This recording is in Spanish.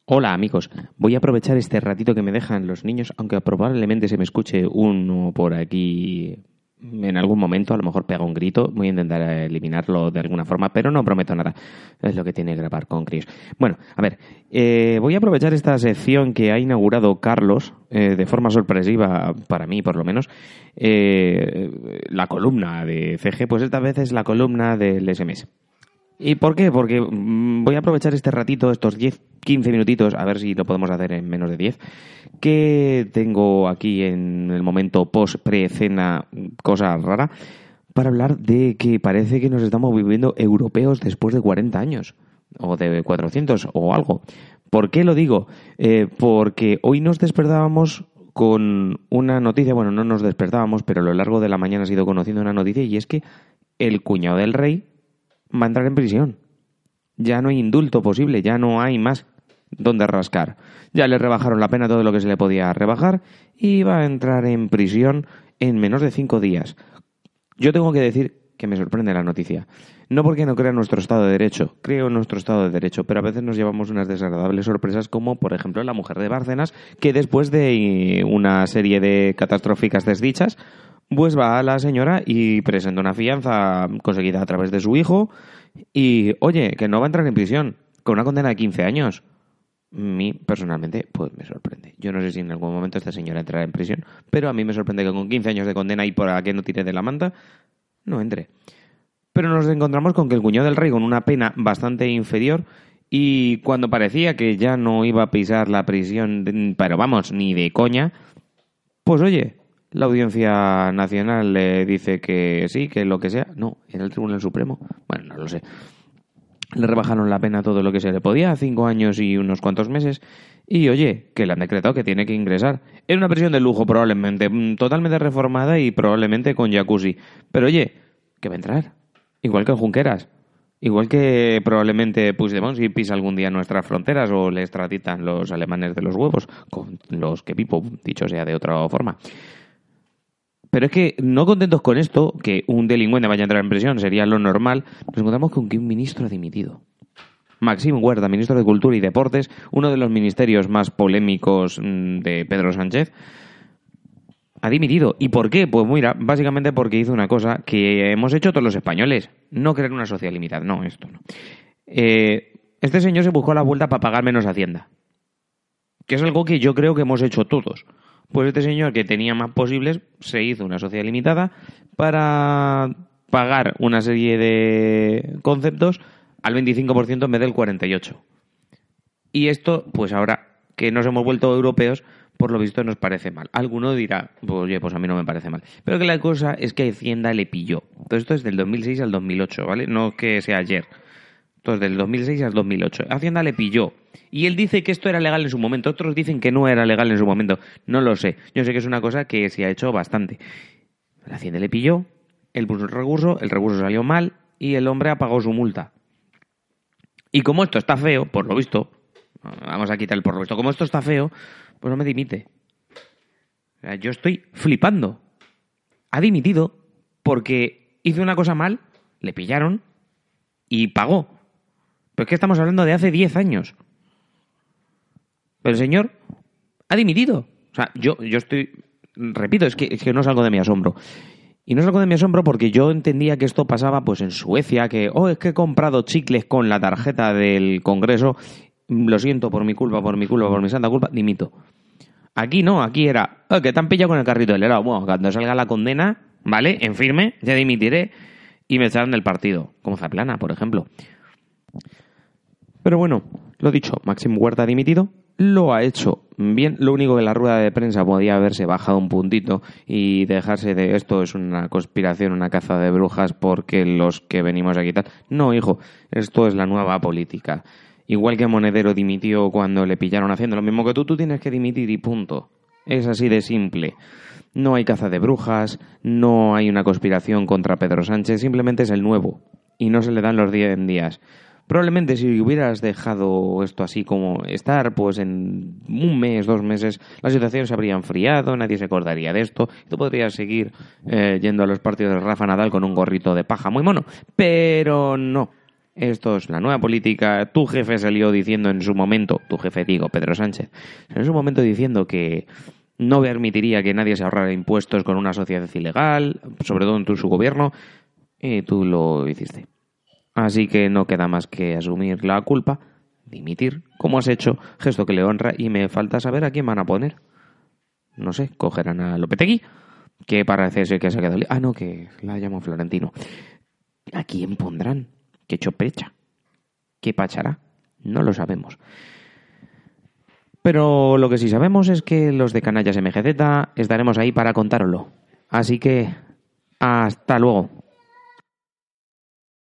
Hola amigos, voy a aprovechar este ratito que me dejan los niños, aunque probablemente se me escuche uno por aquí en algún momento, a lo mejor pega un grito, voy a intentar eliminarlo de alguna forma, pero no prometo nada, es lo que tiene grabar con críos. Bueno, a ver, voy a aprovechar esta sección que ha inaugurado Carlos, de forma sorpresiva, para mí por lo menos, la columna de CG, pues esta vez es la columna del SMS. ¿Y por qué? Porque voy a aprovechar este ratito, estos 10, 15 minutitos, a ver si lo podemos hacer en menos de 10, que tengo aquí en el momento post-pre-cena, cosa rara, para hablar de que parece que nos estamos viviendo europeos después de 40 años, o de 400, o algo. ¿Por qué lo digo? Porque hoy nos despertábamos con una noticia, bueno, no nos despertábamos, pero a lo largo de la mañana ha ido conociendo una noticia, y es que el cuñado del rey va a entrar en prisión. Ya no hay indulto posible, ya no hay más donde rascar. Ya le rebajaron la pena todo lo que se le podía rebajar y va a entrar en prisión en menos de 5 días. Yo tengo que decir que me sorprende la noticia. No porque no crea en nuestro Estado de Derecho, creo en nuestro Estado de Derecho, pero a veces nos llevamos unas desagradables sorpresas como, por ejemplo, la mujer de Bárcenas, que después de una serie de catastróficas desdichas, pues va a la señora y presenta una fianza conseguida a través de su hijo y, oye, que no va a entrar en prisión con una condena de 15 años. A mí, personalmente, pues me sorprende. Yo no sé si en algún momento esta señora entrará en prisión, pero a mí me sorprende que con 15 años de condena y por que no tire de la manta, no entre. Pero nos encontramos con que el cuñado del rey, con una pena bastante inferior, y cuando parecía que ya no iba a pisar la prisión, pero vamos, ni de coña, pues oye, la Audiencia Nacional le dice que sí, que lo que sea. No, era el Tribunal Supremo. Bueno, no lo sé. Le rebajaron la pena todo lo que se le podía, 5 años y unos cuantos meses. Y oye, que le han decretado que tiene que ingresar en una prisión de lujo probablemente, totalmente reformada y probablemente con jacuzzi. Pero oye, que va a entrar. Igual que el Junqueras. Igual que probablemente Puigdemont si pisa algún día nuestras fronteras o le extraditan los alemanes de los huevos, con los que pipo, dicho sea de otra forma. Pero es que, no contentos con esto, que un delincuente vaya a entrar en prisión sería lo normal, nos encontramos con que un ministro ha dimitido. Maxim Huerta, ministro de Cultura y Deportes, uno de los ministerios más polémicos de Pedro Sánchez, ha dimitido. ¿Y por qué? Pues mira, básicamente porque hizo una cosa que hemos hecho todos los españoles. No crear una sociedad limitada. No, esto no. Este señor se buscó la vuelta para pagar menos Hacienda. Que es algo que yo creo que hemos hecho todos. Pues este señor, que tenía más posibles, se hizo una sociedad limitada para pagar una serie de conceptos al 25% en vez del 48%. Y esto, pues ahora que nos hemos vuelto europeos, por lo visto nos parece mal. Alguno dirá, pues, oye, pues a mí no me parece mal. Pero que la cosa es que Hacienda le pilló. Todo esto es del 2006 al 2008, ¿vale? No que sea ayer. Entonces, del 2006 al 2008. Hacienda le pilló. Y él dice que esto era legal en su momento. Otros dicen que no era legal en su momento. No lo sé. Yo sé que es una cosa que se ha hecho bastante. La Hacienda le pilló, él puso el recurso salió mal y el hombre ha pagado su multa. Y como esto está feo, por lo visto, vamos a quitar el por lo visto, como esto está feo, pues no me dimite. O sea, yo estoy flipando. Ha dimitido porque hizo una cosa mal, le pillaron y pagó. Pero es que estamos hablando de hace 10 años. Pero el señor ha dimitido. O sea, yo estoy... Repito, es que no salgo de mi asombro. Y no salgo de mi asombro porque yo entendía que esto pasaba pues en Suecia, que, es que he comprado chicles con la tarjeta del Congreso, lo siento, por mi culpa, por mi santa culpa, dimito. Aquí no, aquí era, que te han pillado con el carrito del helado. Bueno, cuando salga la condena, ¿vale? En firme, ya dimitiré y me echarán del partido. Como Zaplana, por ejemplo. Pero bueno, lo dicho, Maxim Huerta ha dimitido, lo ha hecho bien. Lo único que la rueda de prensa podía haberse bajado un puntito y dejarse de esto es una conspiración, una caza de brujas porque los que venimos aquí tal. No, hijo, esto es la nueva política. Igual que Monedero dimitió cuando le pillaron haciendo lo mismo que tú tienes que dimitir y punto. Es así de simple. No hay caza de brujas, no hay una conspiración contra Pedro Sánchez, simplemente es el nuevo y no se le dan los 10 días. Probablemente si hubieras dejado esto así como estar, pues en un mes, 2 meses, la situación se habría enfriado, nadie se acordaría de esto, y tú podrías seguir yendo a los partidos de Rafa Nadal con un gorrito de paja muy mono, pero no. esto es la nueva política. Tu jefe salió diciendo en su momento, tu jefe digo, Pedro Sánchez, en su momento diciendo que no permitiría que nadie se ahorrara impuestos con una sociedad ilegal, sobre todo en su gobierno, y tú lo hiciste. Así que no queda más que asumir la culpa, dimitir, como has hecho, gesto que le honra, y me falta saber a quién van a poner. No sé, cogerán a Lopetegui, que parece ser que se ha quedado... Ah, no, que la llamo Florentino. ¿A quién pondrán? ¿Qué chopecha? ¿Qué pachará? No lo sabemos. Pero lo que sí sabemos es que los de Canallas MGZ estaremos ahí para contároslo. Así que, hasta luego.